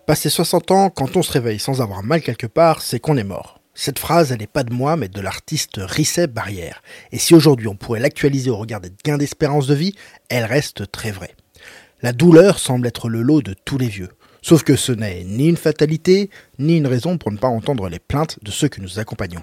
Passé 60 ans, quand on se réveille sans avoir mal quelque part, c'est qu'on est mort. Cette phrase, elle n'est pas de moi, mais de l'artiste Risset Barrière. Et si aujourd'hui on pourrait l'actualiser au regard des gains d'espérance de vie, elle reste très vraie. La douleur semble être le lot de tous les vieux. Sauf que ce n'est ni une fatalité, ni une raison pour ne pas entendre les plaintes de ceux que nous accompagnons.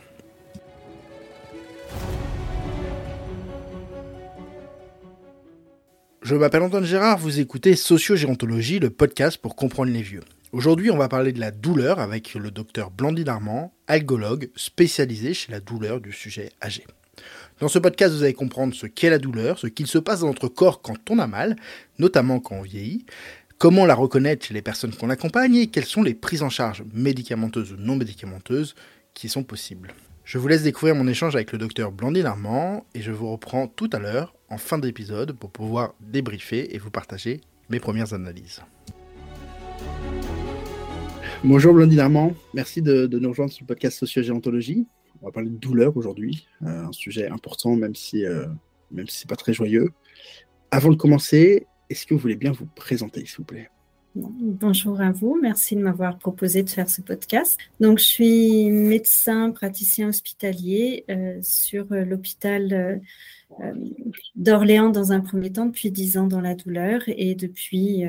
Je m'appelle Antoine Gérard, vous écoutez Sociogérontologie, le podcast pour comprendre les vieux. Aujourd'hui, on va parler de la douleur avec le docteur Blandine Armand, algologue spécialisé chez la douleur du sujet âgé. Dans ce podcast, vous allez comprendre ce qu'est la douleur, ce qu'il se passe dans notre corps quand on a mal, notamment quand on vieillit, comment la reconnaître chez les personnes qu'on accompagne et quelles sont les prises en charge médicamenteuses ou non médicamenteuses qui sont possibles. Je vous laisse découvrir mon échange avec le docteur Blandine Armand et je vous reprends tout à l'heure en fin d'épisode pour pouvoir débriefer et vous partager mes premières analyses. Bonjour Blandine Armand, merci de nous rejoindre sur le podcast Sociogérontologie. On va parler de douleur aujourd'hui, un sujet important même si c'est pas très joyeux. Avant de commencer, est-ce que vous voulez bien vous présenter s'il vous plaît ? Bonjour à vous, merci de m'avoir proposé de faire ce podcast. Donc, je suis médecin praticien hospitalier sur l'hôpital d'Orléans dans un premier temps, depuis 10 ans dans la douleur et depuis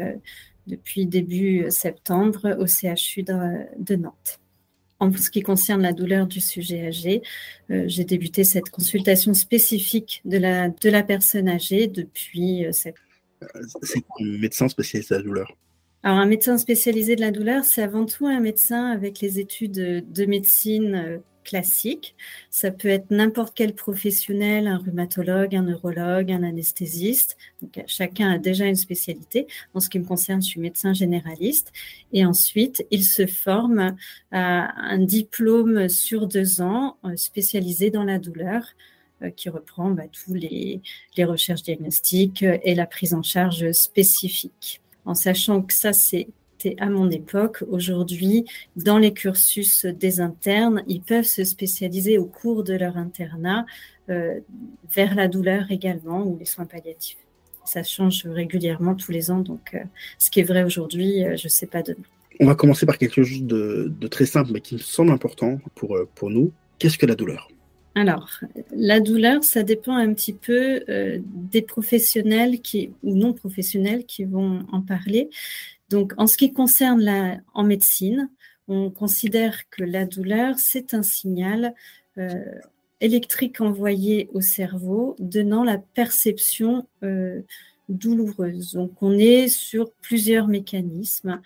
début septembre au CHU de Nantes. En ce qui concerne la douleur du sujet âgé, j'ai débuté cette consultation spécifique de la personne âgée depuis septembre. C'est un médecin spécialisé de la douleur. Alors, un médecin spécialisé de la douleur, c'est avant tout un médecin avec les études de médecine classique. Ça peut être n'importe quel professionnel, un rhumatologue, un neurologue, un anesthésiste. Donc, chacun a déjà une spécialité. En ce qui me concerne, je suis médecin généraliste. Et ensuite, il se forme à un diplôme sur 2 ans spécialisé dans la douleur qui reprend tous les recherches diagnostiques et la prise en charge spécifique. En sachant que ça, c'était à mon époque. Aujourd'hui, dans les cursus des internes, ils peuvent se spécialiser au cours de leur internat vers la douleur également ou les soins palliatifs. Ça change régulièrement tous les ans, donc ce qui est vrai aujourd'hui, je ne sais pas demain. On va commencer par quelque chose de très simple, mais qui me semble important pour nous. Qu'est-ce que la douleur ? Alors, la douleur, ça dépend un petit peu des professionnels ou non professionnels qui vont en parler. Donc, en ce qui concerne en médecine, on considère que la douleur, c'est un signal électrique envoyé au cerveau donnant la perception douloureuse. Donc, on est sur plusieurs mécanismes,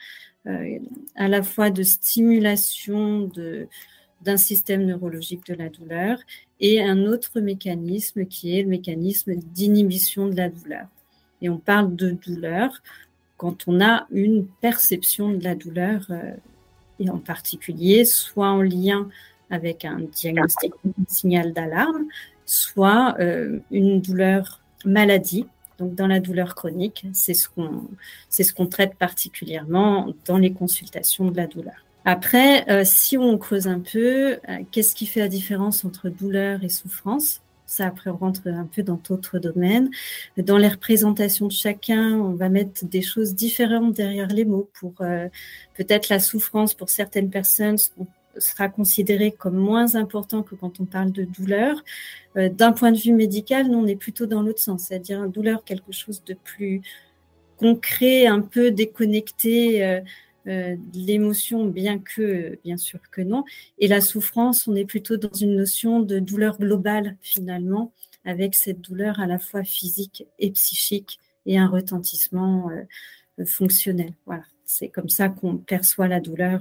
à la fois de stimulation d'un système neurologique de la douleur et un autre mécanisme qui est le mécanisme d'inhibition de la douleur. Et on parle de douleur quand on a une perception de la douleur et en particulier soit en lien avec un diagnostic, un signal d'alarme, soit une douleur maladie. Donc dans la douleur chronique, c'est ce qu'on traite particulièrement dans les consultations de la douleur. Après, si on creuse un peu, qu'est-ce qui fait la différence entre douleur et souffrance ? Ça, après, on rentre un peu dans d'autres domaines. Dans les représentations de chacun, on va mettre des choses différentes derrière les mots. Pour peut-être la souffrance, pour certaines personnes, sera considérée comme moins important que quand on parle de douleur. D'un point de vue médical, nous, on est plutôt dans l'autre sens, c'est-à-dire une douleur, quelque chose de plus concret, un peu déconnecté l'émotion, bien sûr que non. Et la souffrance, on est plutôt dans une notion de douleur globale, finalement, avec cette douleur à la fois physique et psychique et un retentissement fonctionnel. Voilà, c'est comme ça qu'on perçoit la douleur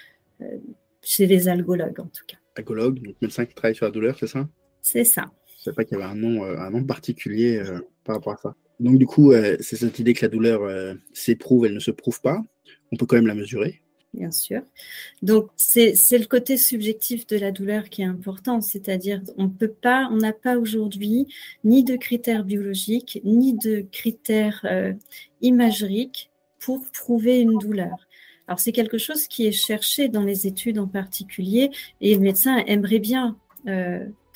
chez les algologues, en tout cas. Algologue, donc médecin qui travaille sur la douleur, c'est ça ? C'est ça. Je ne savais pas qu'il y avait un nom particulier par rapport à ça. Donc du coup, c'est cette idée que la douleur s'éprouve, elle ne se prouve pas. On peut quand même la mesurer. Bien sûr. Donc, c'est le côté subjectif de la douleur qui est important, c'est-à-dire on n'a pas aujourd'hui ni de critères biologiques, ni de critères imagériques pour prouver une douleur. Alors, c'est quelque chose qui est cherché dans les études en particulier et le médecin aimerait bien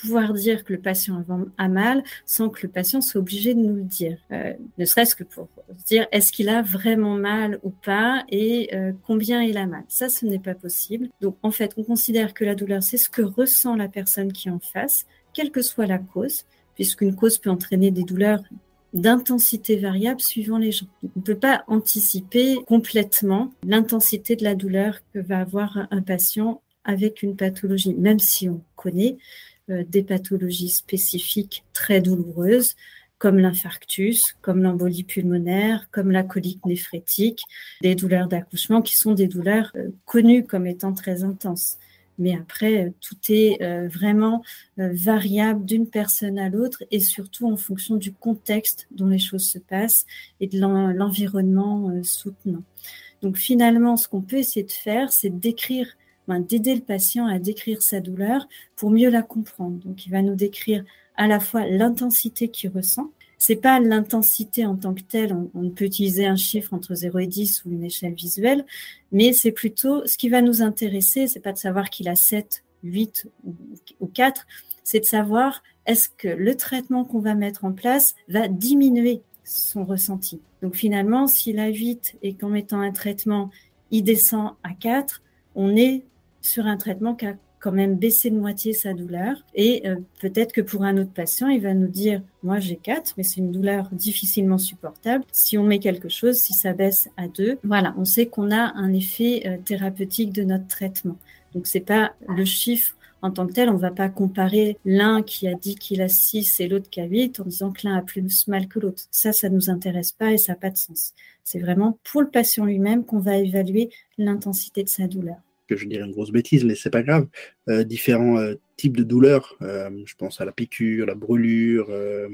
pouvoir dire que le patient a mal sans que le patient soit obligé de nous le dire. Ne serait-ce que pour se dire est-ce qu'il a vraiment mal ou pas et combien il a mal. Ça, ce n'est pas possible. Donc, en fait, on considère que la douleur, c'est ce que ressent la personne qui est en face, quelle que soit la cause, puisqu'une cause peut entraîner des douleurs d'intensité variable suivant les gens. On ne peut pas anticiper complètement l'intensité de la douleur que va avoir un patient avec une pathologie, même si on connaît des pathologies spécifiques très douloureuses, comme l'infarctus, comme l'embolie pulmonaire, comme la colique néphrétique, des douleurs d'accouchement qui sont des douleurs connues comme étant très intenses. Mais après, tout est vraiment variable d'une personne à l'autre et surtout en fonction du contexte dont les choses se passent et de l'environnement soutenant. Donc finalement, ce qu'on peut essayer de faire, c'est d'aider le patient à décrire sa douleur pour mieux la comprendre. Donc il va nous décrire à la fois l'intensité qu'il ressent. C'est pas l'intensité en tant que telle, on peut utiliser un chiffre entre 0 et 10 ou une échelle visuelle, mais c'est plutôt, ce qui va nous intéresser, c'est pas de savoir qu'il a 7, 8 ou 4, c'est de savoir est-ce que le traitement qu'on va mettre en place va diminuer son ressenti. Donc finalement, s'il a 8 et qu'en mettant un traitement, il descend à 4, on est sur un traitement qui a quand même baissé de moitié sa douleur. Et peut-être que pour un autre patient, il va nous dire « moi j'ai 4, mais c'est une douleur difficilement supportable. Si on met quelque chose, si ça baisse à 2, voilà, on sait qu'on a un effet thérapeutique de notre traitement. » Donc c'est pas le chiffre en tant que tel, on ne va pas comparer l'un qui a dit qu'il a 6 et l'autre qui a 8 en disant que l'un a plus mal que l'autre. Ça ne nous intéresse pas et ça n'a pas de sens. C'est vraiment pour le patient lui-même qu'on va évaluer l'intensité de sa douleur. Que je dirais une grosse bêtise, mais c'est pas grave. Différents types de douleurs, je pense à la piqûre, la brûlure,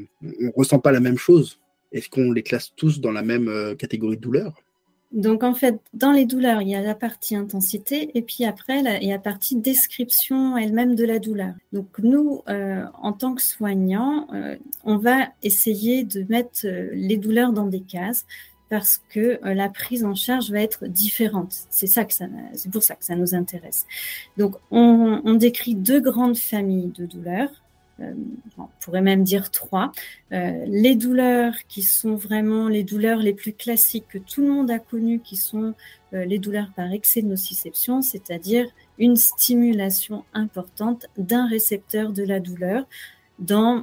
on ressent pas la même chose. Est-ce qu'on les classe tous dans la même catégorie de douleurs? Donc en fait, dans les douleurs, il y a la partie intensité et puis après, il y a la partie description elle-même de la douleur. Donc nous, en tant que soignants, on va essayer de mettre les douleurs dans des cases, parce que la prise en charge va être différente. C'est pour ça que ça nous intéresse. Donc, on décrit 2 grandes familles de douleurs. On pourrait même dire 3. Les douleurs qui sont vraiment les douleurs les plus classiques que tout le monde a connues, qui sont les douleurs par excès de nociception, c'est-à-dire une stimulation importante d'un récepteur de la douleur dans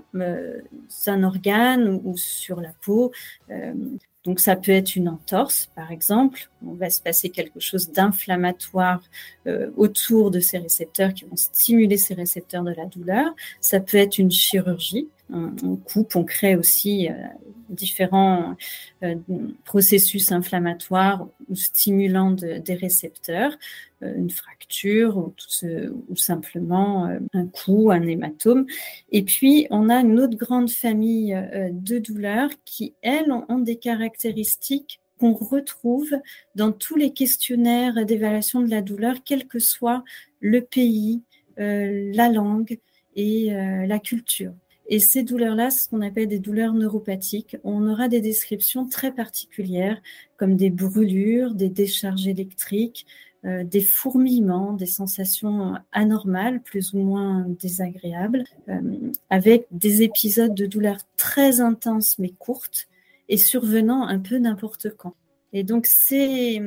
un organe ou sur la peau. Donc, ça peut être une entorse, par exemple. On va se passer quelque chose d'inflammatoire autour de ces récepteurs qui vont stimuler ces récepteurs de la douleur. Ça peut être une chirurgie. On coupe, on crée aussi différents processus inflammatoires ou stimulants des récepteurs, une fracture ou simplement un coup, un hématome. Et puis, on a une autre grande famille de douleurs qui, elles, ont des caractéristiques qu'on retrouve dans tous les questionnaires d'évaluation de la douleur, quel que soit le pays, la langue et la culture. Et ces douleurs-là, c'est ce qu'on appelle des douleurs neuropathiques. On aura des descriptions très particulières, comme des brûlures, des décharges électriques, des fourmillements, des sensations anormales, plus ou moins désagréables, avec des épisodes de douleurs très intenses mais courtes et survenant un peu n'importe quand. Et donc, ces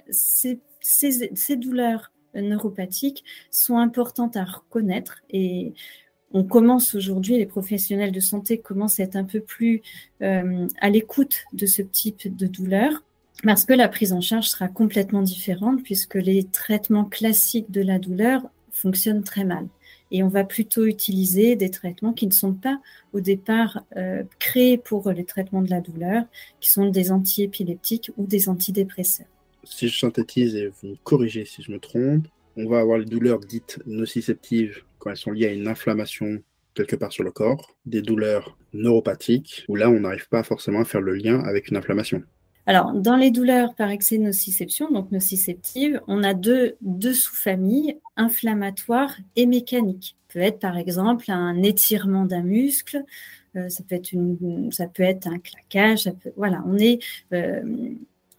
douleurs neuropathiques sont importantes à reconnaître et on commence aujourd'hui, les professionnels de santé commencent à être un peu plus à l'écoute de ce type de douleur, parce que la prise en charge sera complètement différente puisque les traitements classiques de la douleur fonctionnent très mal. Et on va plutôt utiliser des traitements qui ne sont pas au départ créés pour les traitements de la douleur, qui sont des antiépileptiques ou des antidépresseurs. Si je synthétise et vous me corrigez si je me trompe, on va avoir les douleurs dites nociceptives quand elles sont liées à une inflammation quelque part sur le corps, des douleurs neuropathiques, où là, on n'arrive pas forcément à faire le lien avec une inflammation. Alors, dans les douleurs par excès de nociception, donc nociceptives, on a deux sous-familles, inflammatoires et mécaniques. Ça peut être par exemple un étirement d'un muscle, ça peut être un claquage, voilà, on est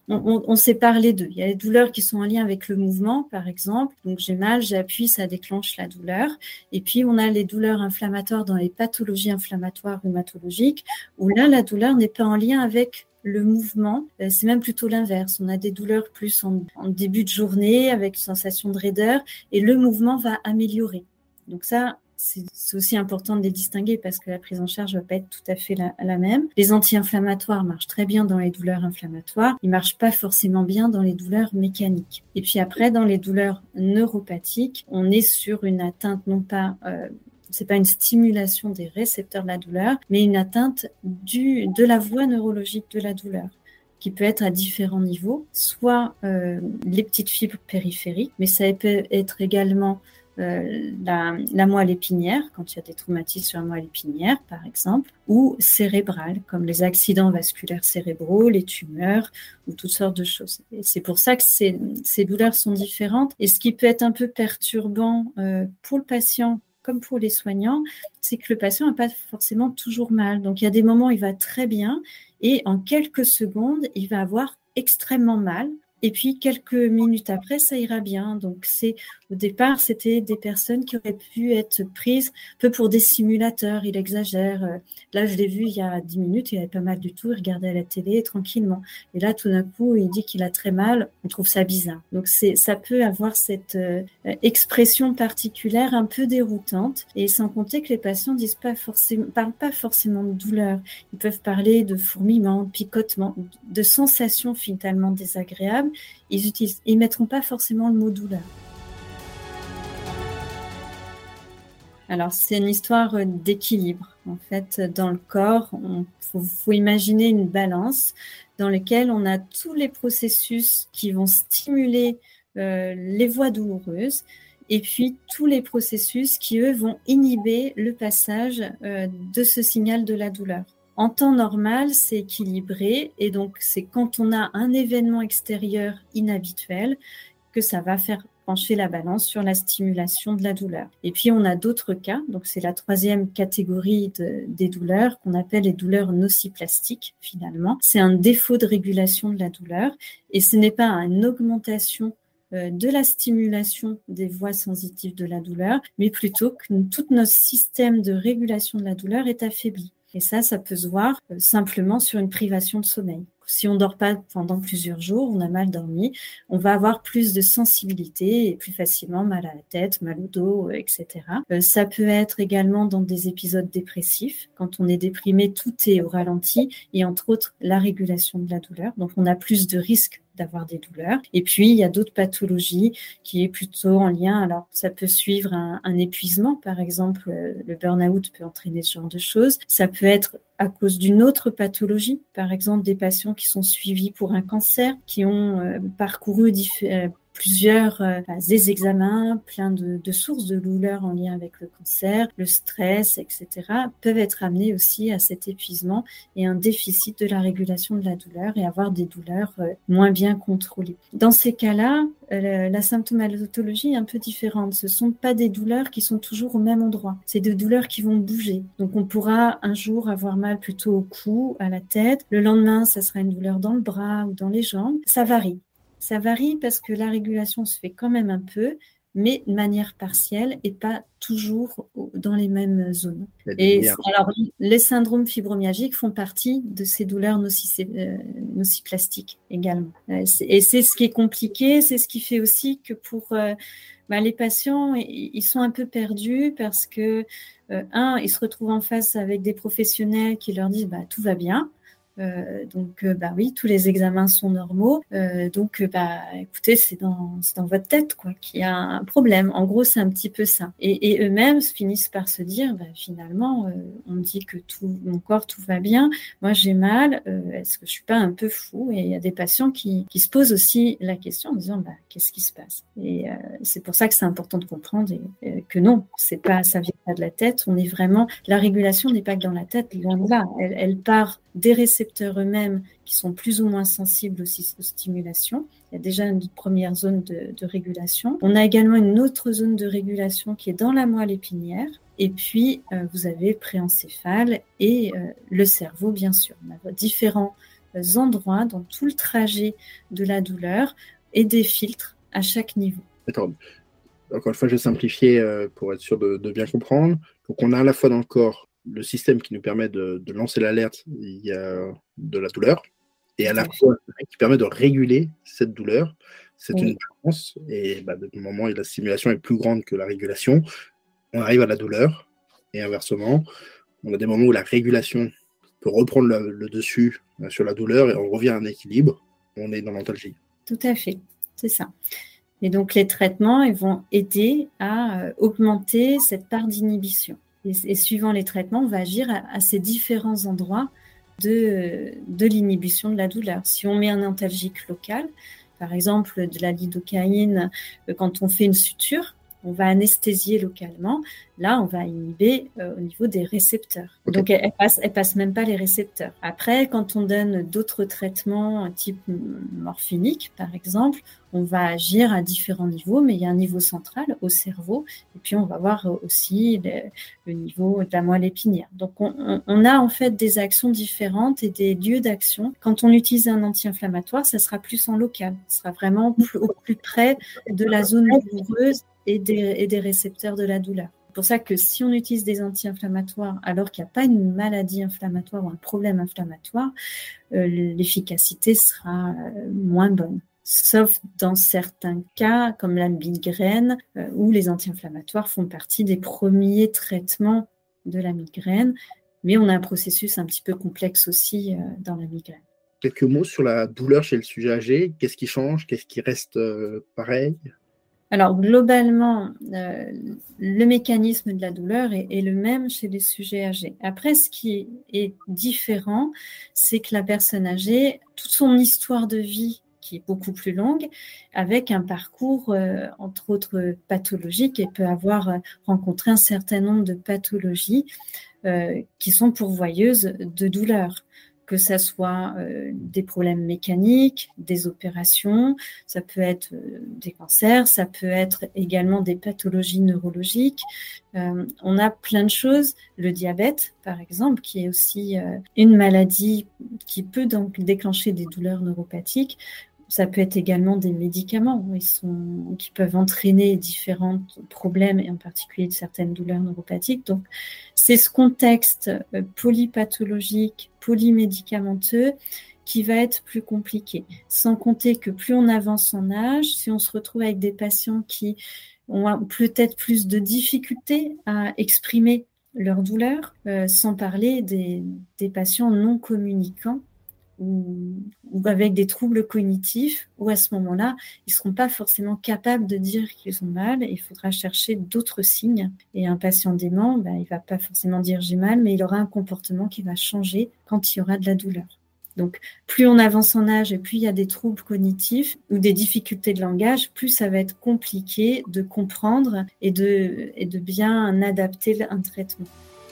on sépare les deux. Il y a les douleurs qui sont en lien avec le mouvement, par exemple. Donc, j'ai mal, j'appuie, ça déclenche la douleur. Et puis, on a les douleurs inflammatoires dans les pathologies inflammatoires rhumatologiques, où là, la douleur n'est pas en lien avec le mouvement. C'est même plutôt l'inverse. On a des douleurs plus en début de journée, avec une sensation de raideur, et le mouvement va améliorer. Donc ça, c'est aussi important de les distinguer parce que la prise en charge ne va pas être tout à fait la même. Les anti-inflammatoires marchent très bien dans les douleurs inflammatoires. Ils ne marchent pas forcément bien dans les douleurs mécaniques. Et puis après, dans les douleurs neuropathiques, on est sur une atteinte non pas... c'est pas une stimulation des récepteurs de la douleur, mais une atteinte de la voie neurologique de la douleur, qui peut être à différents niveaux, soit les petites fibres périphériques, mais ça peut être également la moelle épinière, quand il y a des traumatismes sur la moelle épinière, par exemple, ou cérébrale, comme les accidents vasculaires cérébraux, les tumeurs, ou toutes sortes de choses. Et c'est pour ça que ces douleurs sont différentes. Et ce qui peut être un peu perturbant pour le patient, comme pour les soignants, c'est que le patient n'a pas forcément toujours mal. Donc, il y a des moments où il va très bien et en quelques secondes, il va avoir extrêmement mal. Et puis, quelques minutes après, ça ira bien. Donc, au départ, c'était des personnes qui auraient pu être prises un peu pour des simulateurs. Il exagère. Là, je l'ai vu il y a 10 minutes, il avait pas mal du tout. Il regardait à la télé tranquillement. Et là, tout d'un coup, il dit qu'il a très mal. On trouve ça bizarre. Donc, ça peut avoir cette expression particulière un peu déroutante. Et sans compter que les patients parlent pas forcément de douleur. Ils peuvent parler de fourmillement, de picotement, de sensations finalement désagréables. Ils mettront pas forcément le mot douleur. Alors, c'est une histoire d'équilibre. En fait, dans le corps, faut imaginer une balance dans laquelle on a tous les processus qui vont stimuler les voies douloureuses et puis tous les processus qui, eux, vont inhiber le passage de ce signal de la douleur. En temps normal, c'est équilibré et donc c'est quand on a un événement extérieur inhabituel que ça va faire pencher la balance sur la stimulation de la douleur. Et puis, on a d'autres cas, donc c'est la troisième catégorie des douleurs qu'on appelle les douleurs nociplastiques, finalement. C'est un défaut de régulation de la douleur et ce n'est pas une augmentation de la stimulation des voies sensitives de la douleur, mais plutôt que tout notre système de régulation de la douleur est affaibli. Et ça peut se voir simplement sur une privation de sommeil. Si on ne dort pas pendant plusieurs jours, on a mal dormi, on va avoir plus de sensibilité et plus facilement mal à la tête, mal au dos, etc. Ça peut être également dans des épisodes dépressifs. Quand on est déprimé, tout est au ralenti et entre autres la régulation de la douleur. Donc on a plus de risques d'avoir des douleurs. Et puis, il y a d'autres pathologies qui est plutôt en lien. Alors, ça peut suivre un épuisement, par exemple, le burn-out peut entraîner ce genre de choses. Ça peut être à cause d'une autre pathologie, par exemple des patients qui sont suivis pour un cancer, qui ont parcouru plusieurs des examens, plein de sources de douleurs en lien avec le cancer, le stress, etc., peuvent être amenés aussi à cet épuisement et un déficit de la régulation de la douleur et avoir des douleurs moins bien contrôlées. Dans ces cas-là, la symptomatologie est un peu différente. Ce ne sont pas des douleurs qui sont toujours au même endroit. C'est des douleurs qui vont bouger. Donc, on pourra un jour avoir mal plutôt au cou, à la tête. Le lendemain, ça sera une douleur dans le bras ou dans les jambes. Ça varie. Ça varie parce que la régulation se fait quand même un peu, mais de manière partielle et pas toujours dans les mêmes zones. Et alors, les syndromes fibromyalgiques font partie de ces douleurs nociplastiques également. Et c'est ce qui est compliqué, c'est ce qui fait aussi que pour les patients, ils sont un peu perdus parce que, ils se retrouvent en face avec des professionnels qui leur disent tout va bien. Donc oui, tous les examens sont normaux. Écoutez, c'est dans votre tête quoi qu'il y a un problème. En gros, c'est un petit peu ça. Et eux-mêmes finissent par se dire, finalement, on me dit que mon corps tout va bien. Moi, j'ai mal. Est-ce que je suis pas un peu fou? Et il y a des patients qui se posent aussi la question en disant, qu'est-ce qui se passe? Et c'est pour ça que c'est important de comprendre que non, ça vient pas de la tête. On est vraiment, la régulation n'est pas que dans la tête. Loin de là, elle part des récepteurs eux-mêmes qui sont plus ou moins sensibles aux stimulations. Il y a déjà une première zone de régulation. On a également une autre zone de régulation qui est dans la moelle épinière. Et puis, vous avez préencéphale et le cerveau, bien sûr. On a différents endroits dans tout le trajet de la douleur et des filtres à chaque niveau. D'accord. Encore une fois, je vais simplifier pour être sûr de bien comprendre. Donc, on a à la fois dans le corps le système qui nous permet de lancer l'alerte de la douleur, et à la fois qui permet de réguler cette douleur. C'est une balance, et du moment où la stimulation est plus grande que la régulation, on arrive à la douleur, et inversement, on a des moments où la régulation peut reprendre le dessus sur la douleur, et on revient à un équilibre, on est dans l'antalgie. Tout à fait, c'est ça. Et donc, les traitements, ils vont aider à augmenter cette part d'inhibition. Et suivant les traitements, on va agir à ces différents endroits de l'inhibition de la douleur. Si on met un antalgique local, par exemple de la lidocaïne, quand on fait une suture, on va anesthésier localement. Là, on va inhiber au niveau des récepteurs. Okay. Donc, elle passe même pas les récepteurs. Après, quand on donne d'autres traitements type morphinique, par exemple, on va agir à différents niveaux, mais il y a un niveau central au cerveau, et puis on va voir aussi le niveau de la moelle épinière. Donc, on a en fait des actions différentes et des lieux d'action. Quand on utilise un anti-inflammatoire, ça sera plus en local. Ça sera vraiment au plus près de la zone douloureuse et des récepteurs de la douleur. C'est pour ça que si on utilise des anti-inflammatoires alors qu'il n'y a pas une maladie inflammatoire ou un problème inflammatoire, l'efficacité sera moins bonne. Sauf dans certains cas, comme la migraine, où les anti-inflammatoires font partie des premiers traitements de la migraine, mais on a un processus un petit peu complexe aussi dans la migraine. Quelques mots sur la douleur chez le sujet âgé. Qu'est-ce qui change? Qu'est-ce qui reste pareil? Alors, globalement, le mécanisme de la douleur est le même chez les sujets âgés. Après, ce qui est différent, c'est que la personne âgée, toute son histoire de vie qui est beaucoup plus longue, avec un parcours, entre autres, pathologique, et peut avoir rencontré un certain nombre de pathologies qui sont pourvoyeuses de douleurs. Que ça soit des problèmes mécaniques, des opérations, ça peut être des cancers, ça peut être également des pathologies neurologiques. On a plein de choses. Le diabète, par exemple, qui est aussi une maladie qui peut donc déclencher des douleurs neuropathiques. Ça peut être également des médicaments qui peuvent entraîner différents problèmes, et en particulier certaines douleurs neuropathiques. Donc, c'est ce contexte polypathologique, polymédicamenteux, qui va être plus compliqué. Sans compter que plus on avance en âge, si on se retrouve avec des patients qui ont peut-être plus de difficultés à exprimer leur douleur, sans parler des patients non communicants, ou avec des troubles cognitifs, où à ce moment-là, ils ne seront pas forcément capables de dire qu'ils ont mal, et il faudra chercher d'autres signes. Et un patient dément, il ne va pas forcément dire j'ai mal, mais il aura un comportement qui va changer quand il y aura de la douleur. Donc, plus on avance en âge et plus il y a des troubles cognitifs ou des difficultés de langage, plus ça va être compliqué de comprendre et de bien adapter un traitement.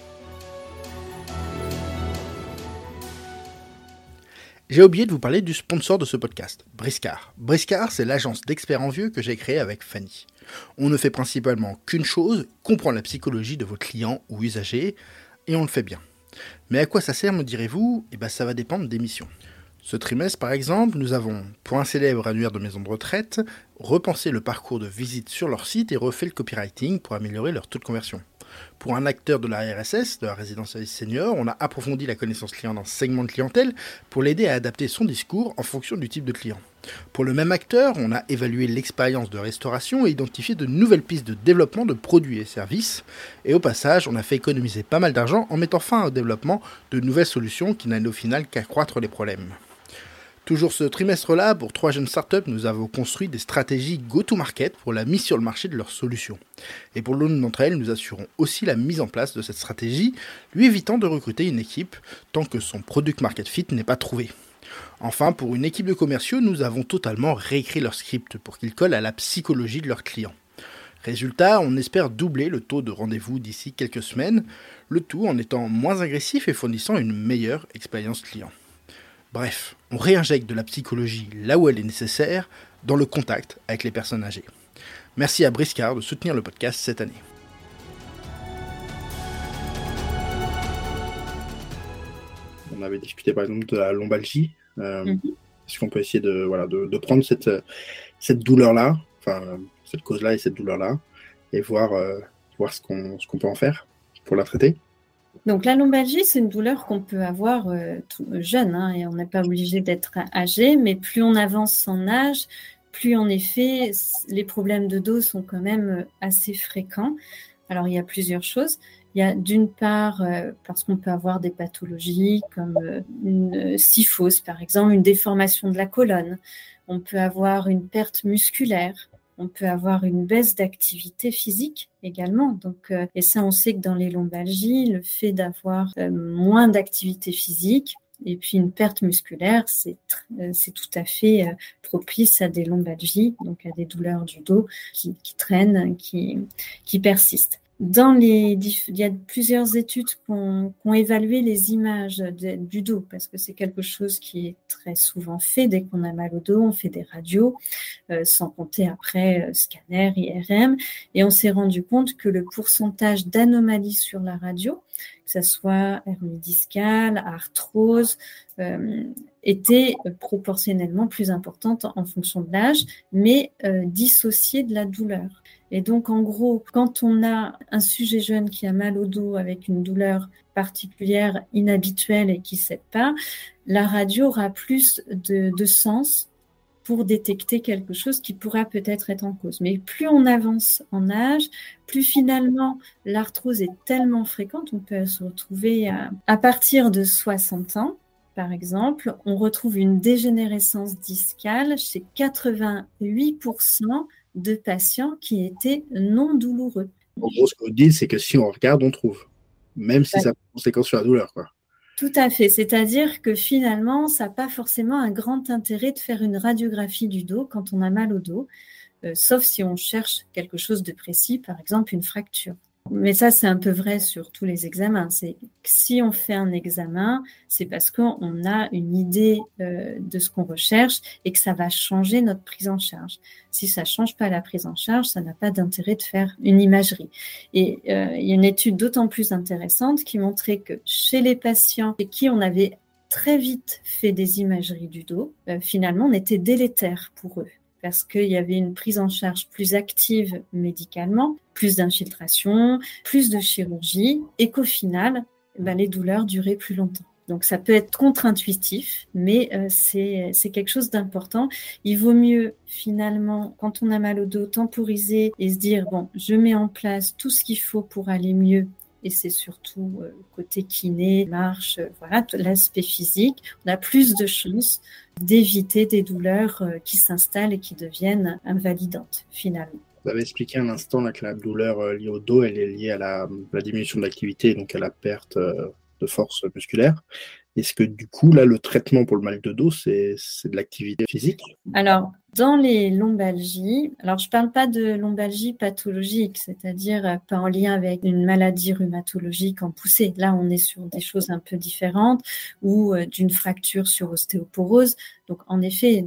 J'ai oublié de vous parler du sponsor de ce podcast, Briscard. Briscard, c'est l'agence d'experts en vieux que j'ai créée avec Fanny. On ne fait principalement qu'une chose, comprendre la psychologie de vos clients ou usagers, et on le fait bien. Mais à quoi ça sert, me direz-vous? Ça va dépendre des missions. Ce trimestre, par exemple, nous avons, pour un célèbre annuaire de maison de retraite, repensé le parcours de visite sur leur site et refait le copywriting pour améliorer leur taux de conversion. Pour un acteur de la RSS, de la résidence service senior, on a approfondi la connaissance client d'un segment de clientèle pour l'aider à adapter son discours en fonction du type de client. Pour le même acteur, on a évalué l'expérience de restauration et identifié de nouvelles pistes de développement de produits et services. Et au passage, on a fait économiser pas mal d'argent en mettant fin au développement de nouvelles solutions qui n'allaient au final qu'accroître les problèmes. Toujours ce trimestre-là, pour 3 jeunes startups, nous avons construit des stratégies go-to-market pour la mise sur le marché de leurs solutions. Et pour l'une d'entre elles, nous assurons aussi la mise en place de cette stratégie, lui évitant de recruter une équipe tant que son product market fit n'est pas trouvé. Enfin, pour une équipe de commerciaux, nous avons totalement réécrit leur script pour qu'ils collent à la psychologie de leurs clients. Résultat, on espère doubler le taux de rendez-vous d'ici quelques semaines, le tout en étant moins agressif et fournissant une meilleure expérience client. Bref, on réinjecte de la psychologie là où elle est nécessaire, dans le contact avec les personnes âgées. Merci à Briscard de soutenir le podcast cette année. On on avait discuté par exemple de la lombalgie. Mhm. Est-ce qu'on peut essayer de prendre cette douleur-là, enfin cette cause-là et cette douleur-là, et voir ce qu'on peut en faire pour la traiter? Donc la lombalgie, c'est une douleur qu'on peut avoir jeune, hein, et on n'est pas obligé d'être âgé, mais plus on avance en âge, plus en effet, les problèmes de dos sont quand même assez fréquents. Alors il y a plusieurs choses. Il y a d'une part, parce qu'on peut avoir des pathologies comme une kyphose par exemple, une déformation de la colonne. On peut avoir une perte musculaire. On peut avoir une baisse d'activité physique également. Donc, et ça, on sait que dans les lombalgies, le fait d'avoir moins d'activité physique et puis une perte musculaire, c'est tout à fait propice à des lombalgies, donc à des douleurs du dos qui traînent, qui persistent. Il y a plusieurs études qui ont évalué les images du dos, parce que c'est quelque chose qui est très souvent fait. Dès qu'on a mal au dos, on fait des radios, sans compter après scanner, IRM, et on s'est rendu compte que le pourcentage d'anomalies sur la radio, que ce soit hernie discale, arthrose, était proportionnellement plus importante en fonction de l'âge, mais dissociée de la douleur. Et donc, en gros, quand on a un sujet jeune qui a mal au dos avec une douleur particulière, inhabituelle et qui ne cède pas, la radio aura plus de sens pour détecter quelque chose qui pourra peut-être être en cause. Mais plus on avance en âge, plus finalement l'arthrose est tellement fréquente, on peut se retrouver à partir de 60 ans, par exemple, on retrouve une dégénérescence discale chez 88% de patients qui étaient non douloureux. En gros, ce que vous dites, c'est que si on regarde, on trouve, même si ça a des conséquences sur la douleur, quoi. Tout à fait, c'est-à-dire que finalement, ça n'a pas forcément un grand intérêt de faire une radiographie du dos quand on a mal au dos, sauf si on cherche quelque chose de précis, par exemple une fracture. Mais ça, c'est un peu vrai sur tous les examens. C'est que si on fait un examen, c'est parce qu'on a une idée de ce qu'on recherche et que ça va changer notre prise en charge. Si ça ne change pas la prise en charge, ça n'a pas d'intérêt de faire une imagerie. Et il y a une étude d'autant plus intéressante qui montrait que chez les patients chez qui on avait très vite fait des imageries du dos, finalement, on était délétère pour eux, parce qu'il y avait une prise en charge plus active médicalement, plus d'infiltration, plus de chirurgie, et qu'au final, les douleurs duraient plus longtemps. Donc ça peut être contre-intuitif, mais c'est quelque chose d'important. Il vaut mieux finalement, quand on a mal au dos, temporiser et se dire, bon, je mets en place tout ce qu'il faut pour aller mieux. Et c'est surtout côté kiné, marche, voilà, l'aspect physique. On a plus de chances d'éviter des douleurs qui s'installent et qui deviennent invalidantes, finalement. Vous avez expliqué un instant là, que la douleur liée au dos, elle est liée à la diminution de l'activité, donc à la perte de force musculaire. Est-ce que du coup, là, le traitement pour le mal de dos, c'est de l'activité physique? Alors, dans les lombalgies, alors je ne parle pas de lombalgie pathologique, c'est-à-dire pas en lien avec une maladie rhumatologique en poussée. Là, on est sur des choses un peu différentes, ou d'une fracture sur ostéoporose. Donc, en effet,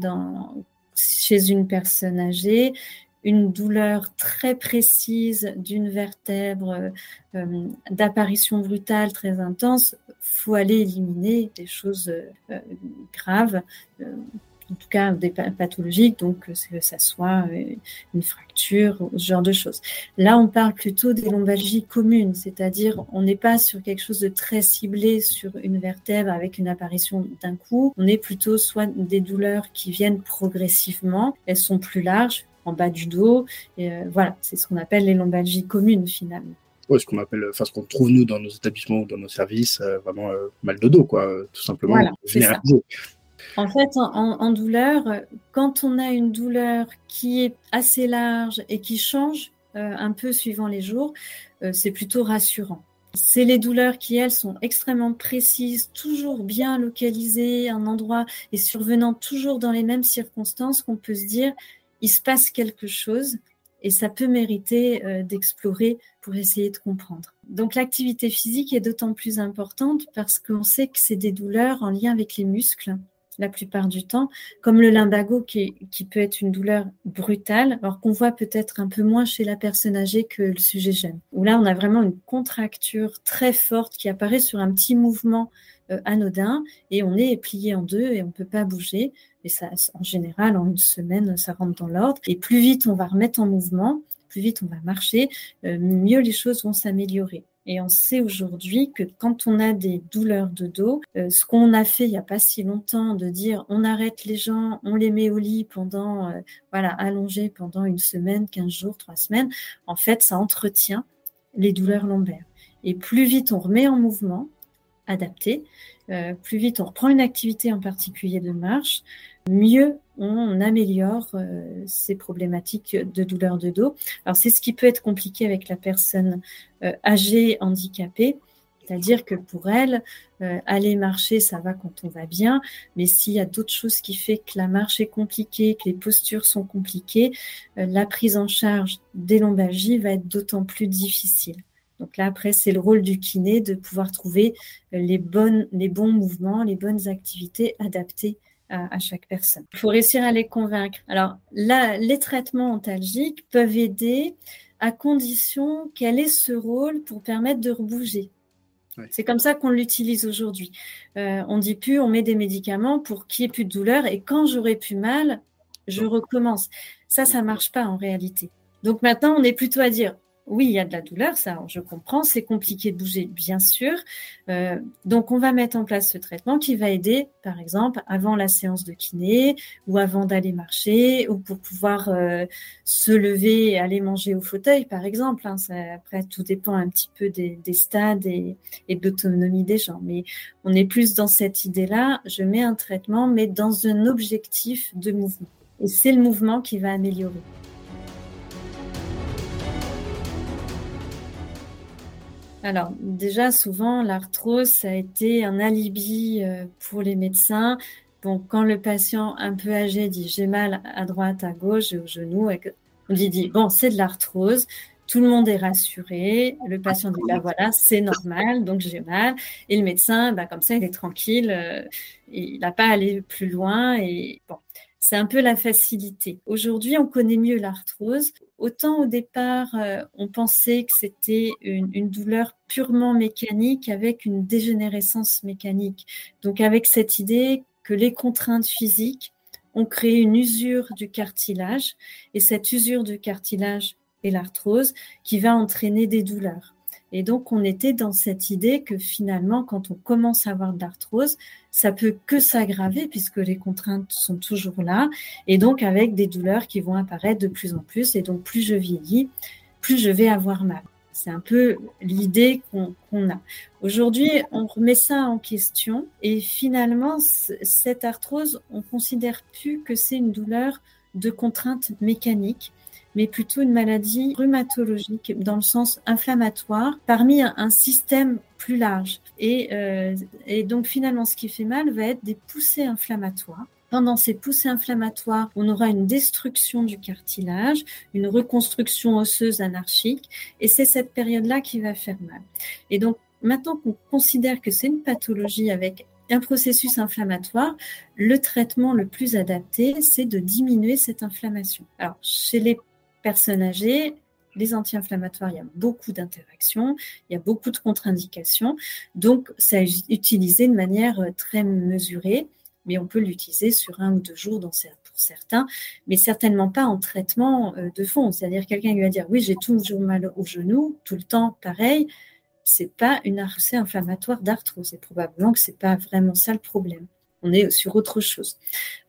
chez une personne âgée, une douleur très précise d'une vertèbre, d'apparition brutale très intense, faut aller éliminer des choses graves, en tout cas des pathologiques, donc que ça soit une fracture, ce genre de choses. Là, on parle plutôt des lombalgies communes, c'est-à-dire on n'est pas sur quelque chose de très ciblé sur une vertèbre avec une apparition d'un coup, on est plutôt soit des douleurs qui viennent progressivement, elles sont plus larges, en bas du dos, et voilà, c'est ce qu'on appelle les lombalgies communes finalement. Oui, ce qu'on trouve nous dans nos établissements, dans nos services, vraiment mal de dos, quoi, tout simplement. Voilà, c'est ça. En fait, en douleur, quand on a une douleur qui est assez large et qui change un peu suivant les jours, c'est plutôt rassurant. C'est les douleurs qui, elles, sont extrêmement précises, toujours bien localisées, un endroit et survenant toujours dans les mêmes circonstances qu'on peut se dire il se passe quelque chose et ça peut mériter d'explorer pour essayer de comprendre. Donc l'activité physique est d'autant plus importante parce qu'on sait que c'est des douleurs en lien avec les muscles la plupart du temps, comme le lumbago qui peut être une douleur brutale, alors qu'on voit peut-être un peu moins chez la personne âgée que le sujet jeune. Où là, on a vraiment une contracture très forte qui apparaît sur un petit mouvement anodin et on est plié en deux et on ne peut pas bouger. Et ça, en général, en une semaine, ça rentre dans l'ordre. Et plus vite on va remettre en mouvement, plus vite on va marcher, mieux les choses vont s'améliorer. Et on sait aujourd'hui que quand on a des douleurs de dos, ce qu'on a fait il n'y a pas si longtemps, de dire on arrête les gens, on les met au lit pendant, allongés pendant une semaine, 15 jours, 3 semaines, en fait, ça entretient les douleurs lombaires. Et plus vite on remet en mouvement, adapté, plus vite on reprend une activité en particulier de marche, mieux on améliore ces problématiques de douleur de dos. Alors c'est ce qui peut être compliqué avec la personne âgée, handicapée, c'est-à-dire que pour elle, aller marcher, ça va quand on va bien, mais s'il y a d'autres choses qui font que la marche est compliquée, que les postures sont compliquées, la prise en charge des lombalgies va être d'autant plus difficile. Donc là, après, c'est le rôle du kiné de pouvoir trouver les bons mouvements, les bonnes activités adaptées à chaque personne. Il faut réussir à les convaincre. Alors là, les traitements antalgiques peuvent aider à condition qu'elle ait ce rôle pour permettre de rebouger. Ouais. C'est comme ça qu'on l'utilise aujourd'hui. On dit plus, on met des médicaments pour qu'il n'y ait plus de douleur et quand j'aurai plus mal, je recommence. Ça marche pas en réalité. Donc maintenant, on est plutôt à dire oui, il y a de la douleur, ça, je comprends, c'est compliqué de bouger, bien sûr. Donc, on va mettre en place ce traitement qui va aider, par exemple, avant la séance de kiné ou avant d'aller marcher ou pour pouvoir se lever et aller manger au fauteuil, par exemple. Hein. Ça, après, tout dépend un petit peu des stades et de l'autonomie des gens. Mais on est plus dans cette idée-là, je mets un traitement, mais dans un objectif de mouvement. Et c'est le mouvement qui va améliorer. Alors, déjà, souvent, l'arthrose, ça a été un alibi pour les médecins. Bon, quand le patient un peu âgé dit « j'ai mal à droite, à gauche, au genou », on lui dit « bon, c'est de l'arthrose ». Tout le monde est rassuré. Le patient dit « bah voilà, c'est normal, donc j'ai mal ». Et le médecin, comme ça, il est tranquille. Il n'a pas à aller plus loin. Et bon, c'est un peu la facilité. Aujourd'hui, on connaît mieux l'arthrose. Autant au départ, on pensait que c'était une douleur purement mécanique avec une dégénérescence mécanique. Donc avec cette idée que les contraintes physiques ont créé une usure du cartilage et cette usure du cartilage est l'arthrose qui va entraîner des douleurs. Et donc, on était dans cette idée que finalement, quand on commence à avoir de l'arthrose, ça peut que s'aggraver puisque les contraintes sont toujours là et donc avec des douleurs qui vont apparaître de plus en plus. Et donc, plus je vieillis, plus je vais avoir mal. C'est un peu l'idée qu'on a. Aujourd'hui, on remet ça en question et finalement, cette arthrose, on considère plus que c'est une douleur de contrainte mécanique, mais plutôt une maladie rhumatologique dans le sens inflammatoire parmi un système plus large. Et donc finalement, ce qui fait mal va être des poussées inflammatoires. Pendant ces poussées inflammatoires, on aura une destruction du cartilage, une reconstruction osseuse anarchique, et c'est cette période-là qui va faire mal. Et donc maintenant qu'on considère que c'est une pathologie avec un processus inflammatoire, le traitement le plus adapté, c'est de diminuer cette inflammation. Alors, chez les personnes âgées, les anti-inflammatoires, il y a beaucoup d'interactions, il y a beaucoup de contre-indications, donc ça est utilisé de manière très mesurée, mais on peut l'utiliser sur 1 ou 2 jours pour certains, mais certainement pas en traitement de fond. C'est-à-dire quelqu'un lui va dire « oui, j'ai toujours mal au genou, tout le temps pareil », c'est pas une poussée inflammatoire d'arthrose, et probablement que c'est pas vraiment ça le problème. On est sur autre chose.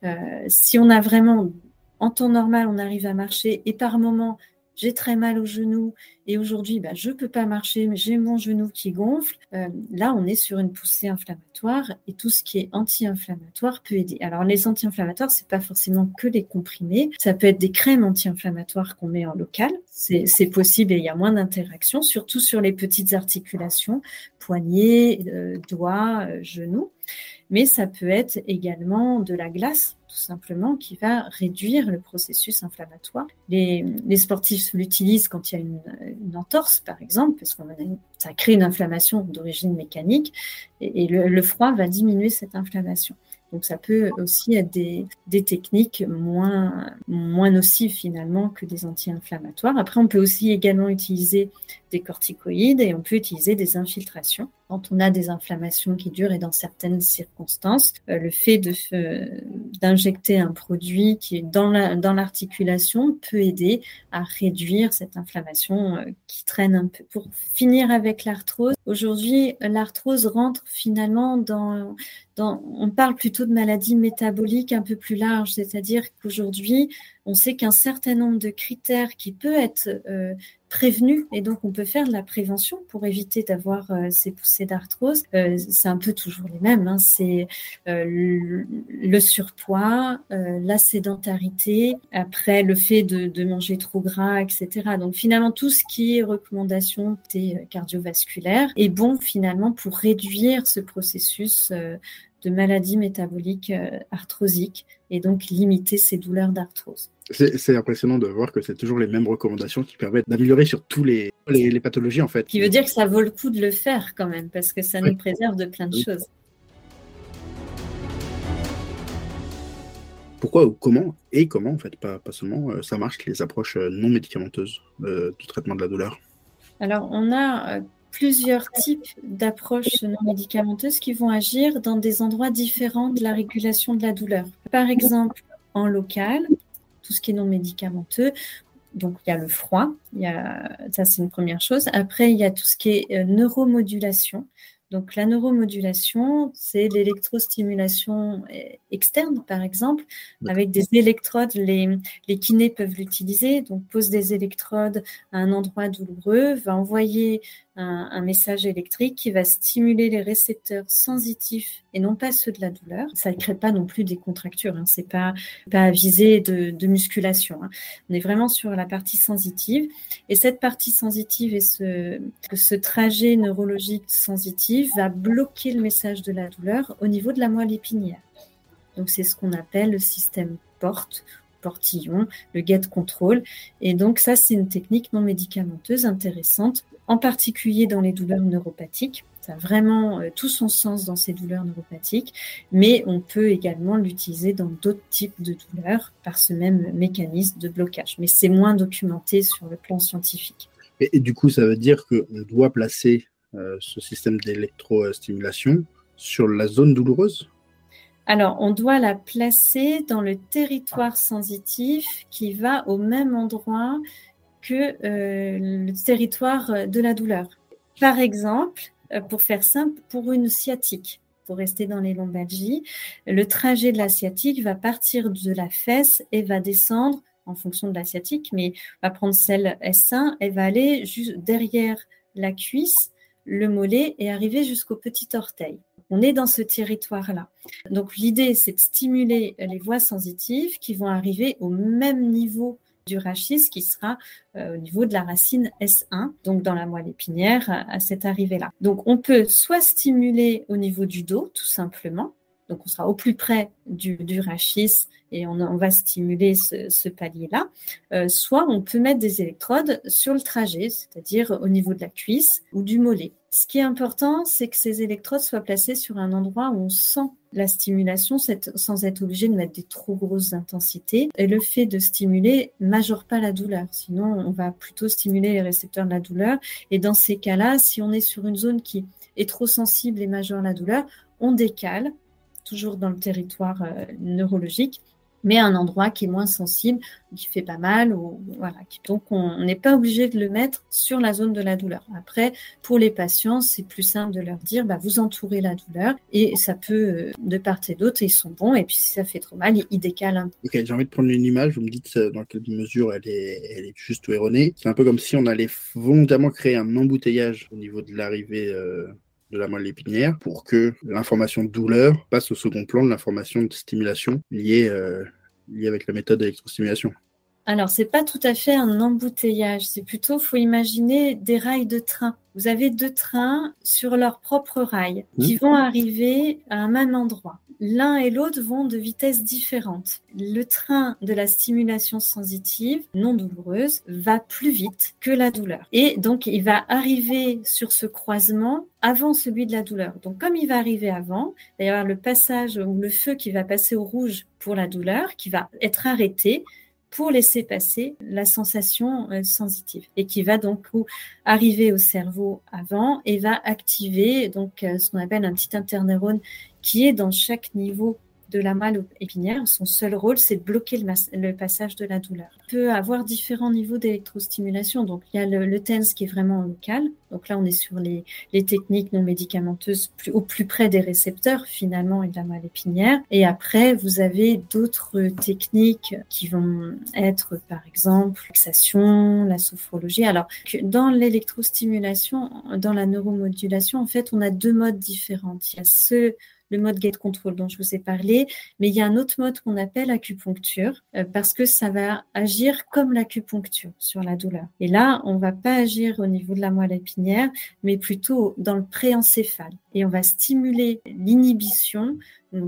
Si on a vraiment en temps normal, on arrive à marcher et par moment, j'ai très mal au genou et aujourd'hui, je ne peux pas marcher, mais j'ai mon genou qui gonfle. Là, on est sur une poussée inflammatoire et tout ce qui est anti-inflammatoire peut aider. Alors, les anti-inflammatoires, ce n'est pas forcément que les comprimés. Ça peut être des crèmes anti-inflammatoires qu'on met en local. C'est possible et il y a moins d'interactions, surtout sur les petites articulations, poignets, doigts, genoux. Mais ça peut être également de la glace, tout simplement, qui va réduire le processus inflammatoire. Les sportifs l'utilisent quand il y a une entorse, par exemple, parce que ça crée une inflammation d'origine mécanique, et le froid va diminuer cette inflammation. Donc, ça peut aussi être des techniques moins nocives finalement que des anti-inflammatoires. Après, on peut aussi également utiliser des corticoïdes et on peut utiliser des infiltrations. Quand on a des inflammations qui durent et dans certaines circonstances, le fait d'injecter un produit qui est dans l'articulation peut aider à réduire cette inflammation qui traîne un peu. Pour finir avec l'arthrose, aujourd'hui, l'arthrose rentre finalement on parle plutôt de maladies métaboliques un peu plus larges, c'est-à-dire qu'aujourd'hui, on sait qu'un certain nombre de critères qui peuvent être prévenus, et donc on peut faire de la prévention pour éviter d'avoir ces poussées d'arthrose. C'est un peu toujours les mêmes, hein. C'est le surpoids, la sédentarité, après le fait de manger trop gras, etc. Donc finalement, tout ce qui est recommandation cardiovasculaire est bon finalement pour réduire ce processus de maladies métaboliques arthrosiques et donc limiter ces douleurs d'arthrose. C'est impressionnant de voir que c'est toujours les mêmes recommandations qui permettent d'améliorer sur tous les pathologies en fait. Ce qui veut dire que ça vaut le coup de le faire quand même, parce que ça nous préserve de plein de choses. Pourquoi ou comment en fait, pas seulement ça marche les approches non médicamenteuses du traitement de la douleur? Alors on a plusieurs types d'approches non médicamenteuses qui vont agir dans des endroits différents de la régulation de la douleur. Par exemple, en local, tout ce qui est non médicamenteux, donc il y a le froid, ça c'est une première chose. Après, il y a tout ce qui est neuromodulation. Donc la neuromodulation, c'est l'électrostimulation externe, par exemple, avec des électrodes. Les kinés peuvent l'utiliser, donc pose des électrodes à un endroit douloureux, va envoyer un message électrique qui va stimuler les récepteurs sensitifs et non pas ceux de la douleur. Ça ne crée pas non plus des contractures, hein. C'est pas à viser de musculation, hein. On est vraiment sur la partie sensitive. Et cette partie sensitive et ce trajet neurologique sensitif va bloquer le message de la douleur au niveau de la moelle épinière. Donc, c'est ce qu'on appelle le système portillon, le gate control. Et donc, ça, c'est une technique non médicamenteuse intéressante, en particulier dans les douleurs neuropathiques. Ça a vraiment tout son sens dans ces douleurs neuropathiques, mais on peut également l'utiliser dans d'autres types de douleurs par ce même mécanisme de blocage. Mais c'est moins documenté sur le plan scientifique. Et du coup, ça veut dire qu'on doit placer ce système d'électrostimulation sur la zone douloureuse? Alors, on doit la placer dans le territoire sensitif qui va au même endroit que le territoire de la douleur. Par exemple, pour faire simple, pour une sciatique, pour rester dans les lombalgies, le trajet de la sciatique va partir de la fesse et va descendre en fonction de la sciatique, mais on va prendre celle S1, elle va aller juste derrière la cuisse, le mollet et arriver jusqu'au petit orteil. On est dans ce territoire-là. Donc, l'idée, c'est de stimuler les voies sensitives qui vont arriver au même niveau du rachis qui sera au niveau de la racine S1, donc dans la moelle épinière à cette arrivée-là. Donc, on peut soit stimuler au niveau du dos, tout simplement, donc on sera au plus près du rachis et on va stimuler ce palier-là, soit on peut mettre des électrodes sur le trajet, c'est-à-dire au niveau de la cuisse ou du mollet. Ce qui est important, c'est que ces électrodes soient placées sur un endroit où on sent la stimulation sans être obligé de mettre des trop grosses intensités. Et le fait de stimuler ne majore pas la douleur. Sinon, on va plutôt stimuler les récepteurs de la douleur. Et dans ces cas-là, si on est sur une zone qui est trop sensible et majore la douleur, on décale, toujours dans le territoire neurologique, mais à un endroit qui est moins sensible, qui fait pas mal, voilà. Donc on n'est pas obligé de le mettre sur la zone de la douleur. Après, pour les patients, c'est plus simple de leur dire, vous entourez la douleur et ça peut de part et d'autre, ils sont bons. Et puis si ça fait trop mal, ils décalent un peu. Ok, j'ai envie de prendre une image. Vous me dites dans quelle mesure elle est juste ou erronée. C'est un peu comme si on allait volontairement créer un embouteillage au niveau de l'arrivée de la moelle épinière pour que l'information de douleur passe au second plan de l'information de stimulation liée avec la méthode d'électrostimulation. Alors, c'est pas tout à fait un embouteillage, c'est plutôt, faut imaginer des rails de train. vous avez 2 trains sur leur propre rail qui vont arriver à un même endroit. L'un et l'autre vont de vitesses différentes. Le train de la stimulation sensitive, non douloureuse, va plus vite que la douleur. Et donc, il va arriver sur ce croisement avant celui de la douleur. Donc, comme il va arriver avant, il va y avoir le passage ou le feu qui va passer au rouge pour la douleur, qui va être arrêté pour laisser passer la sensation sensitive et qui va donc arriver au cerveau avant et va activer donc ce qu'on appelle un petit interneurone qui est dans chaque niveau de la moelle épinière. Son seul rôle, c'est de bloquer le passage de la douleur. On peut avoir différents niveaux d'électrostimulation. Donc, il y a le TENS qui est vraiment local. Donc là, on est sur les techniques non médicamenteuses au plus près des récepteurs, finalement, et de la moelle épinière. Et après, vous avez d'autres techniques qui vont être, par exemple, la relaxation, la sophrologie. Alors, dans l'électrostimulation, dans la neuromodulation, en fait, on a 2 modes différents. Il y a le mode gate control dont je vous ai parlé, mais il y a un autre mode qu'on appelle acupuncture parce que ça va agir comme l'acupuncture sur la douleur. Et là, on va pas agir au niveau de la moelle épinière, mais plutôt dans le préencéphale. Et on va stimuler l'inhibition,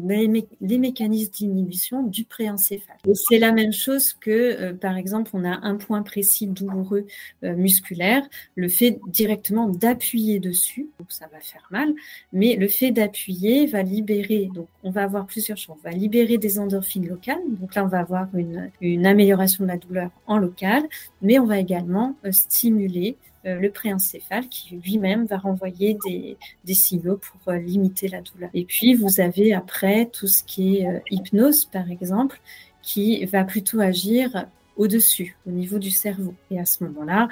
les mécanismes d'inhibition du préencéphale. Et c'est la même chose que, par exemple, on a un point précis douloureux musculaire, le fait directement d'appuyer dessus, donc ça va faire mal, mais le fait d'appuyer va libérer, donc on va avoir plusieurs choses. On va libérer des endorphines locales, donc là on va avoir une amélioration de la douleur en local, mais on va également stimuler le préencéphale qui lui-même va renvoyer des signaux pour limiter la douleur. Et puis vous avez après tout ce qui est hypnose par exemple, qui va plutôt agir au-dessus, au niveau du cerveau. Et à ce moment-là,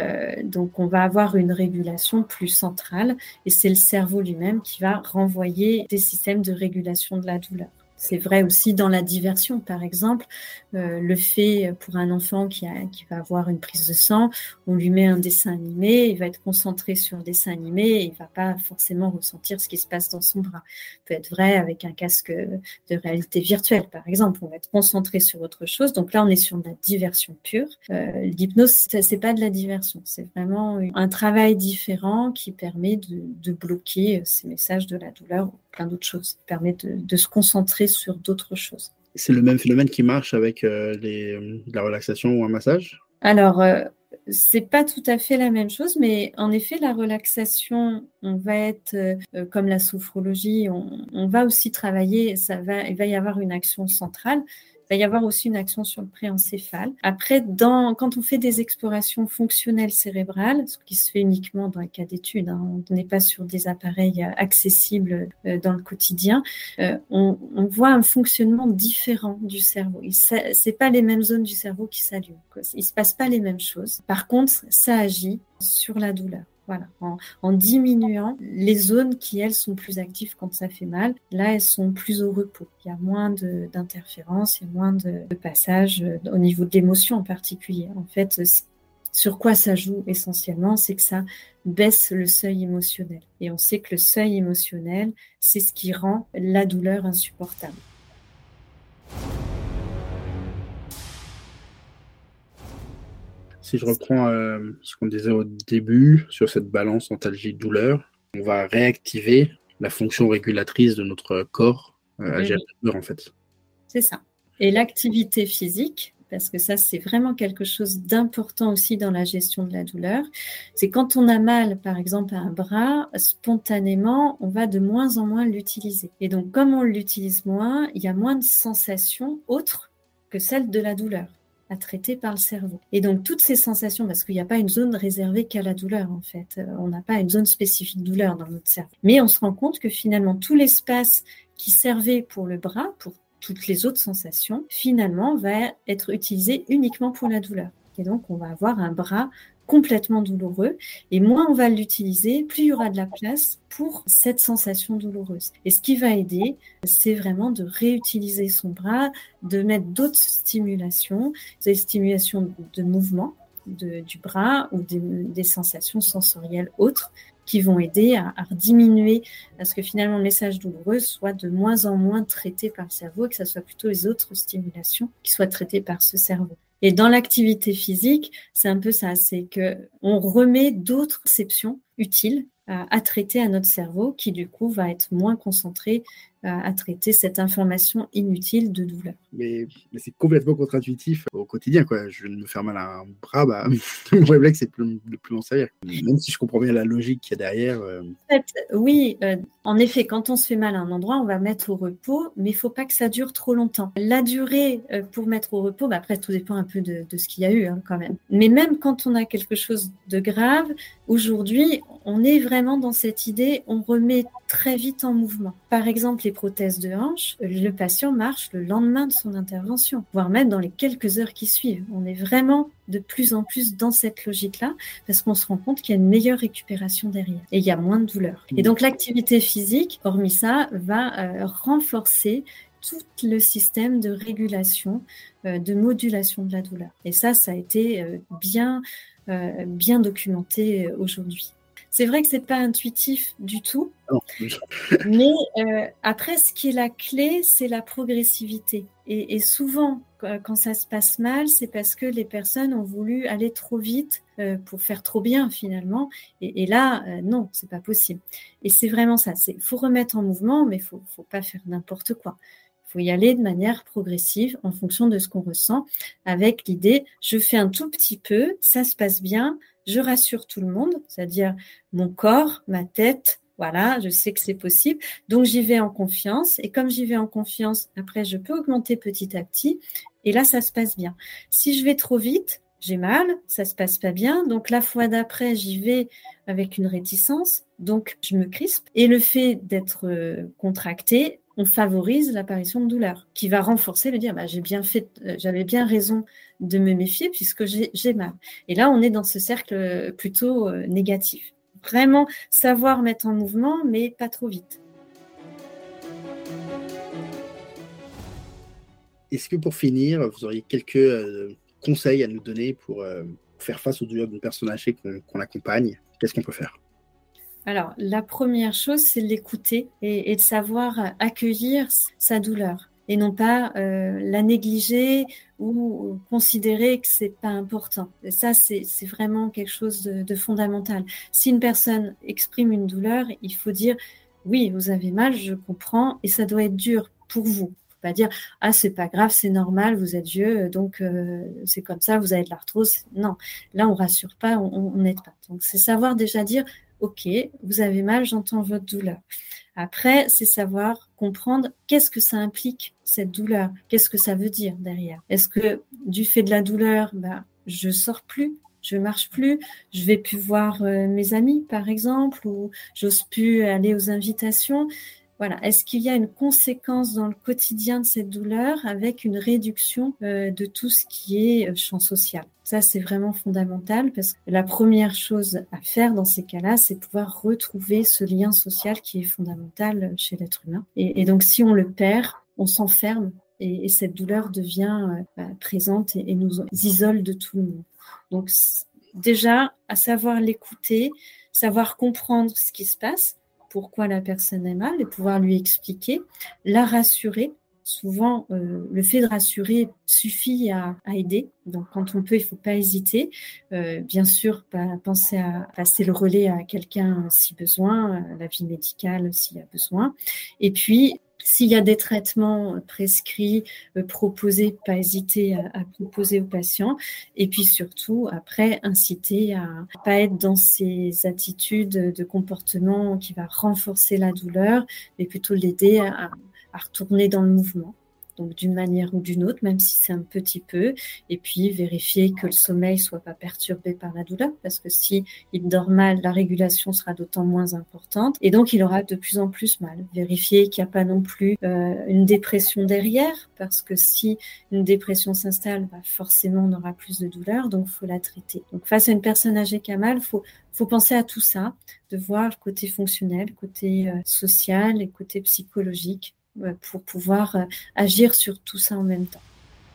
donc on va avoir une régulation plus centrale et c'est le cerveau lui-même qui va renvoyer des systèmes de régulation de la douleur. C'est vrai aussi dans la diversion, par exemple, le fait pour un enfant qui va avoir une prise de sang, on lui met un dessin animé, il va être concentré sur le dessin animé et il va pas forcément ressentir ce qui se passe dans son bras. Ça peut être vrai avec un casque de réalité virtuelle, par exemple, on va être concentré sur autre chose. Donc là, on est sur de la diversion pure. L'hypnose, c'est pas de la diversion, c'est vraiment un travail différent qui permet de bloquer ces messages de la douleur ou plein d'autres choses, qui permet de se concentrer sur d'autres choses. C'est le même phénomène qui marche avec la relaxation ou un massage? Alors, c'est pas tout à fait la même chose, mais en effet, la relaxation, on va être comme la sophrologie, on va aussi travailler, il va y avoir une action centrale. Il va y avoir aussi une action sur le préencéphale. Après, quand on fait des explorations fonctionnelles cérébrales, ce qui se fait uniquement dans les cas d'études, on n'est pas sur des appareils accessibles dans le quotidien, on voit un fonctionnement différent du cerveau. C'est pas les mêmes zones du cerveau qui s'allument. Il se passe pas les mêmes choses. Par contre, ça agit sur la douleur. Voilà, en diminuant les zones qui, elles, sont plus actives quand ça fait mal. Là, elles sont plus au repos. Il y a moins d'interférences, il y a moins de passages au niveau de l'émotion en particulier. En fait, sur quoi ça joue essentiellement, c'est que ça baisse le seuil émotionnel. Et on sait que le seuil émotionnel, c'est ce qui rend la douleur insupportable. Si je reprends ce qu'on disait au début sur cette balance antalgie-douleur, on va réactiver la fonction régulatrice de notre corps à gérer la douleur en fait. C'est ça. Et l'activité physique, parce que ça c'est vraiment quelque chose d'important aussi dans la gestion de la douleur, c'est quand on a mal par exemple à un bras, spontanément on va de moins en moins l'utiliser. Et donc comme on l'utilise moins, il y a moins de sensations autres que celles de la douleur à traiter par le cerveau. Et donc, toutes ces sensations, parce qu'il n'y a pas une zone réservée qu'à la douleur, en fait. On n'a pas une zone spécifique douleur dans notre cerveau. Mais on se rend compte que finalement, tout l'espace qui servait pour le bras, pour toutes les autres sensations, finalement, va être utilisé uniquement pour la douleur. Et donc, on va avoir un bras complètement douloureux. Et moins on va l'utiliser, plus il y aura de la place pour cette sensation douloureuse. Et ce qui va aider, c'est vraiment de réutiliser son bras, de mettre d'autres stimulations, des stimulations de mouvement du bras ou des sensations sensorielles autres qui vont aider à diminuer à ce que finalement le message douloureux soit de moins en moins traité par le cerveau et que ce soit plutôt les autres stimulations qui soient traitées par ce cerveau. Et dans l'activité physique, c'est un peu ça, c'est qu'on remet d'autres perceptions utiles à traiter à notre cerveau qui, du coup, va être moins concentré à traiter cette information inutile de douleur. Mais c'est complètement contre-intuitif au quotidien, quoi. Je viens de me faire mal à un bras, bah, mon réflexe, c'est de plus m'en servir. Même si je comprends bien la logique qu'il y a derrière. En fait, oui, en effet, quand on se fait mal à un endroit, on va mettre au repos, mais il ne faut pas que ça dure trop longtemps. La durée pour mettre au repos, bah, après, tout dépend un peu de ce qu'il y a eu quand même. Mais même quand on a quelque chose de grave, aujourd'hui, on est vraiment dans cette idée, on remet très vite en mouvement. Par exemple, les prothèses de hanche, le patient marche le lendemain de son intervention, voire même dans les quelques heures qui suivent. On est vraiment de plus en plus dans cette logique-là, parce qu'on se rend compte qu'il y a une meilleure récupération derrière et il y a moins de douleur. Et donc l'activité physique, hormis ça, va renforcer tout le système de régulation, de modulation de la douleur. Et ça a été bien documenté aujourd'hui. C'est vrai que c'est pas intuitif du tout, mais après, ce qui est la clé, c'est la progressivité. Et souvent, quand ça se passe mal, c'est parce que les personnes ont voulu aller trop vite pour faire trop bien finalement. Et là, non, c'est pas possible. Et c'est vraiment ça. Faut remettre en mouvement, mais faut pas faire n'importe quoi. Il faut y aller de manière progressive en fonction de ce qu'on ressent, avec l'idée, je fais un tout petit peu, ça se passe bien, je rassure tout le monde, c'est-à-dire mon corps, ma tête, voilà, je sais que c'est possible, donc j'y vais en confiance, et comme j'y vais en confiance, après je peux augmenter petit à petit, et là ça se passe bien. Si je vais trop vite, j'ai mal, ça se passe pas bien, donc la fois d'après j'y vais avec une réticence, donc je me crispe, et le fait d'être contracté, on favorise l'apparition de douleur, qui va renforcer le dire, j'avais bien raison de me méfier puisque j'ai mal. Et là, on est dans ce cercle plutôt négatif. Vraiment savoir mettre en mouvement, mais pas trop vite. Est-ce que pour finir, vous auriez quelques conseils à nous donner pour faire face aux douleurs d'une personne âgée qu'on accompagne? Qu'est-ce qu'on peut faire? Alors, la première chose, c'est l'écouter et de savoir accueillir sa douleur et non pas la négliger ou considérer que c'est pas important. Et ça, c'est vraiment quelque chose de fondamental. Si une personne exprime une douleur, il faut dire « oui, vous avez mal, je comprends, et ça doit être dur pour vous ». Pas dire « ah, c'est pas grave, c'est normal, vous êtes vieux, donc c'est comme ça, vous avez de l'arthrose ». Non, là, on rassure pas, on n'aide pas. Donc, c'est savoir déjà dire « ok, vous avez mal, j'entends votre douleur ». Après, c'est savoir comprendre qu'est-ce que ça implique, cette douleur, qu'est-ce que ça veut dire derrière. Est-ce que du fait de la douleur, je sors plus, je marche plus, je vais plus voir mes amis, par exemple, ou j'ose plus aller aux invitations. Voilà. Est-ce qu'il y a une conséquence dans le quotidien de cette douleur avec une réduction de tout ce qui est champ social? Ça, c'est vraiment fondamental parce que la première chose à faire dans ces cas-là, c'est pouvoir retrouver ce lien social qui est fondamental chez l'être humain. Et donc, si on le perd, on s'enferme et cette douleur devient présente et nous isole de tout le monde. Donc, déjà, à savoir l'écouter, savoir comprendre ce qui se passe, pourquoi la personne est mal et pouvoir lui expliquer, la rassurer. Souvent, le fait de rassurer suffit à aider. Donc, quand on peut, il ne faut pas hésiter. Bien sûr, penser à passer le relais à quelqu'un si besoin, à l'avis médical s'il y a besoin. Et puis, s'il y a des traitements prescrits, proposés, pas hésiter à proposer aux patients. Et puis surtout, après, inciter à pas être dans ces attitudes de comportement qui va renforcer la douleur, mais plutôt l'aider à retourner dans le mouvement. Donc d'une manière ou d'une autre, même si c'est un petit peu, et puis vérifier que le sommeil soit pas perturbé par la douleur, parce que si il dort mal, la régulation sera d'autant moins importante, et donc il aura de plus en plus mal. Vérifier qu'il n'y a pas non plus une dépression derrière, parce que si une dépression s'installe, forcément on aura plus de douleur, donc faut la traiter. Donc face à une personne âgée qui a mal, faut penser à tout ça, de voir le côté fonctionnel, le côté social et le côté psychologique, pour pouvoir agir sur tout ça en même temps.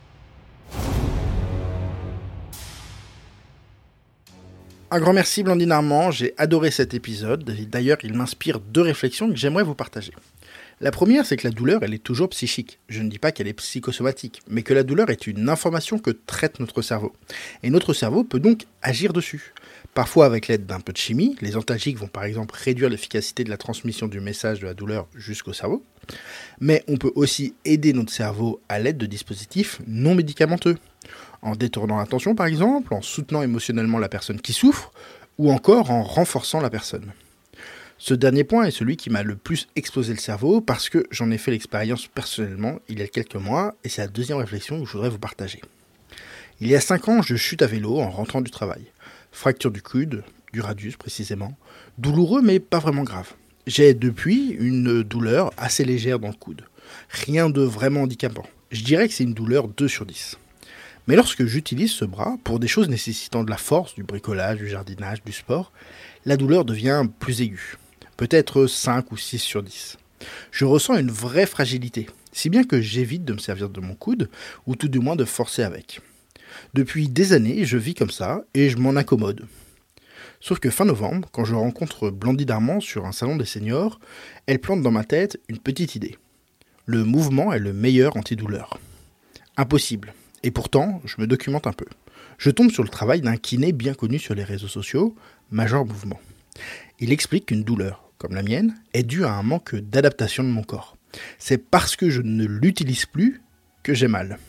Un grand merci Blandine Armand, j'ai adoré cet épisode. D'ailleurs, il m'inspire 2 réflexions que j'aimerais vous partager. La première, c'est que la douleur, elle est toujours psychique. Je ne dis pas qu'elle est psychosomatique, mais que la douleur est une information que traite notre cerveau. Et notre cerveau peut donc agir dessus. Parfois avec l'aide d'un peu de chimie, les antalgiques vont par exemple réduire l'efficacité de la transmission du message de la douleur jusqu'au cerveau. Mais on peut aussi aider notre cerveau à l'aide de dispositifs non médicamenteux. En détournant l'attention par exemple, en soutenant émotionnellement la personne qui souffre, ou encore en renforçant la personne. Ce dernier point est celui qui m'a le plus explosé le cerveau parce que j'en ai fait l'expérience personnellement il y a quelques mois et c'est la deuxième réflexion que je voudrais vous partager. Il y a 5 ans, je chute à vélo en rentrant du travail. Fracture du coude, du radius précisément, douloureux mais pas vraiment grave. J'ai depuis une douleur assez légère dans le coude. Rien de vraiment handicapant. Je dirais que c'est une douleur 2 sur 10. Mais lorsque j'utilise ce bras pour des choses nécessitant de la force, du bricolage, du jardinage, du sport, la douleur devient plus aiguë. Peut-être 5 ou 6 sur 10. Je ressens une vraie fragilité, si bien que j'évite de me servir de mon coude, ou tout du moins de forcer avec. Depuis des années, je vis comme ça, et je m'en accommode. Sauf que fin novembre, quand je rencontre Blandine Darmand sur un salon des seniors, elle plante dans ma tête une petite idée. Le mouvement est le meilleur antidouleur. Impossible. Et pourtant, je me documente un peu. Je tombe sur le travail d'un kiné bien connu sur les réseaux sociaux, Major Mouvement. Il explique qu'une douleur, comme la mienne, est due à un manque d'adaptation de mon corps. C'est parce que je ne l'utilise plus que j'ai mal.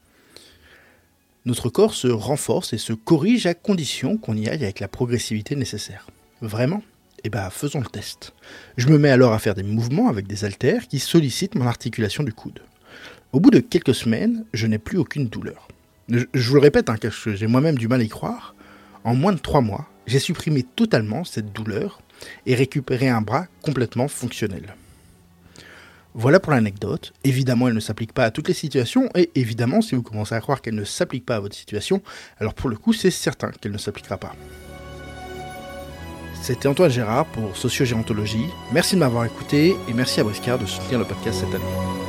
Notre corps se renforce et se corrige à condition qu'on y aille avec la progressivité nécessaire. Vraiment ? Eh bien, faisons le test. Je me mets alors à faire des mouvements avec des haltères qui sollicitent mon articulation du coude. Au bout de quelques semaines, je n'ai plus aucune douleur. Je vous le répète, car j'ai moi-même du mal à y croire, en moins de 3 mois, j'ai supprimé totalement cette douleur et récupéré un bras complètement fonctionnel. Voilà pour l'anecdote. Évidemment, elle ne s'applique pas à toutes les situations, et évidemment, si vous commencez à croire qu'elle ne s'applique pas à votre situation, alors pour le coup, c'est certain qu'elle ne s'appliquera pas. C'était Antoine Gérard pour Sociogérontologie. Merci de m'avoir écouté, et merci à Briscard de soutenir le podcast cette année.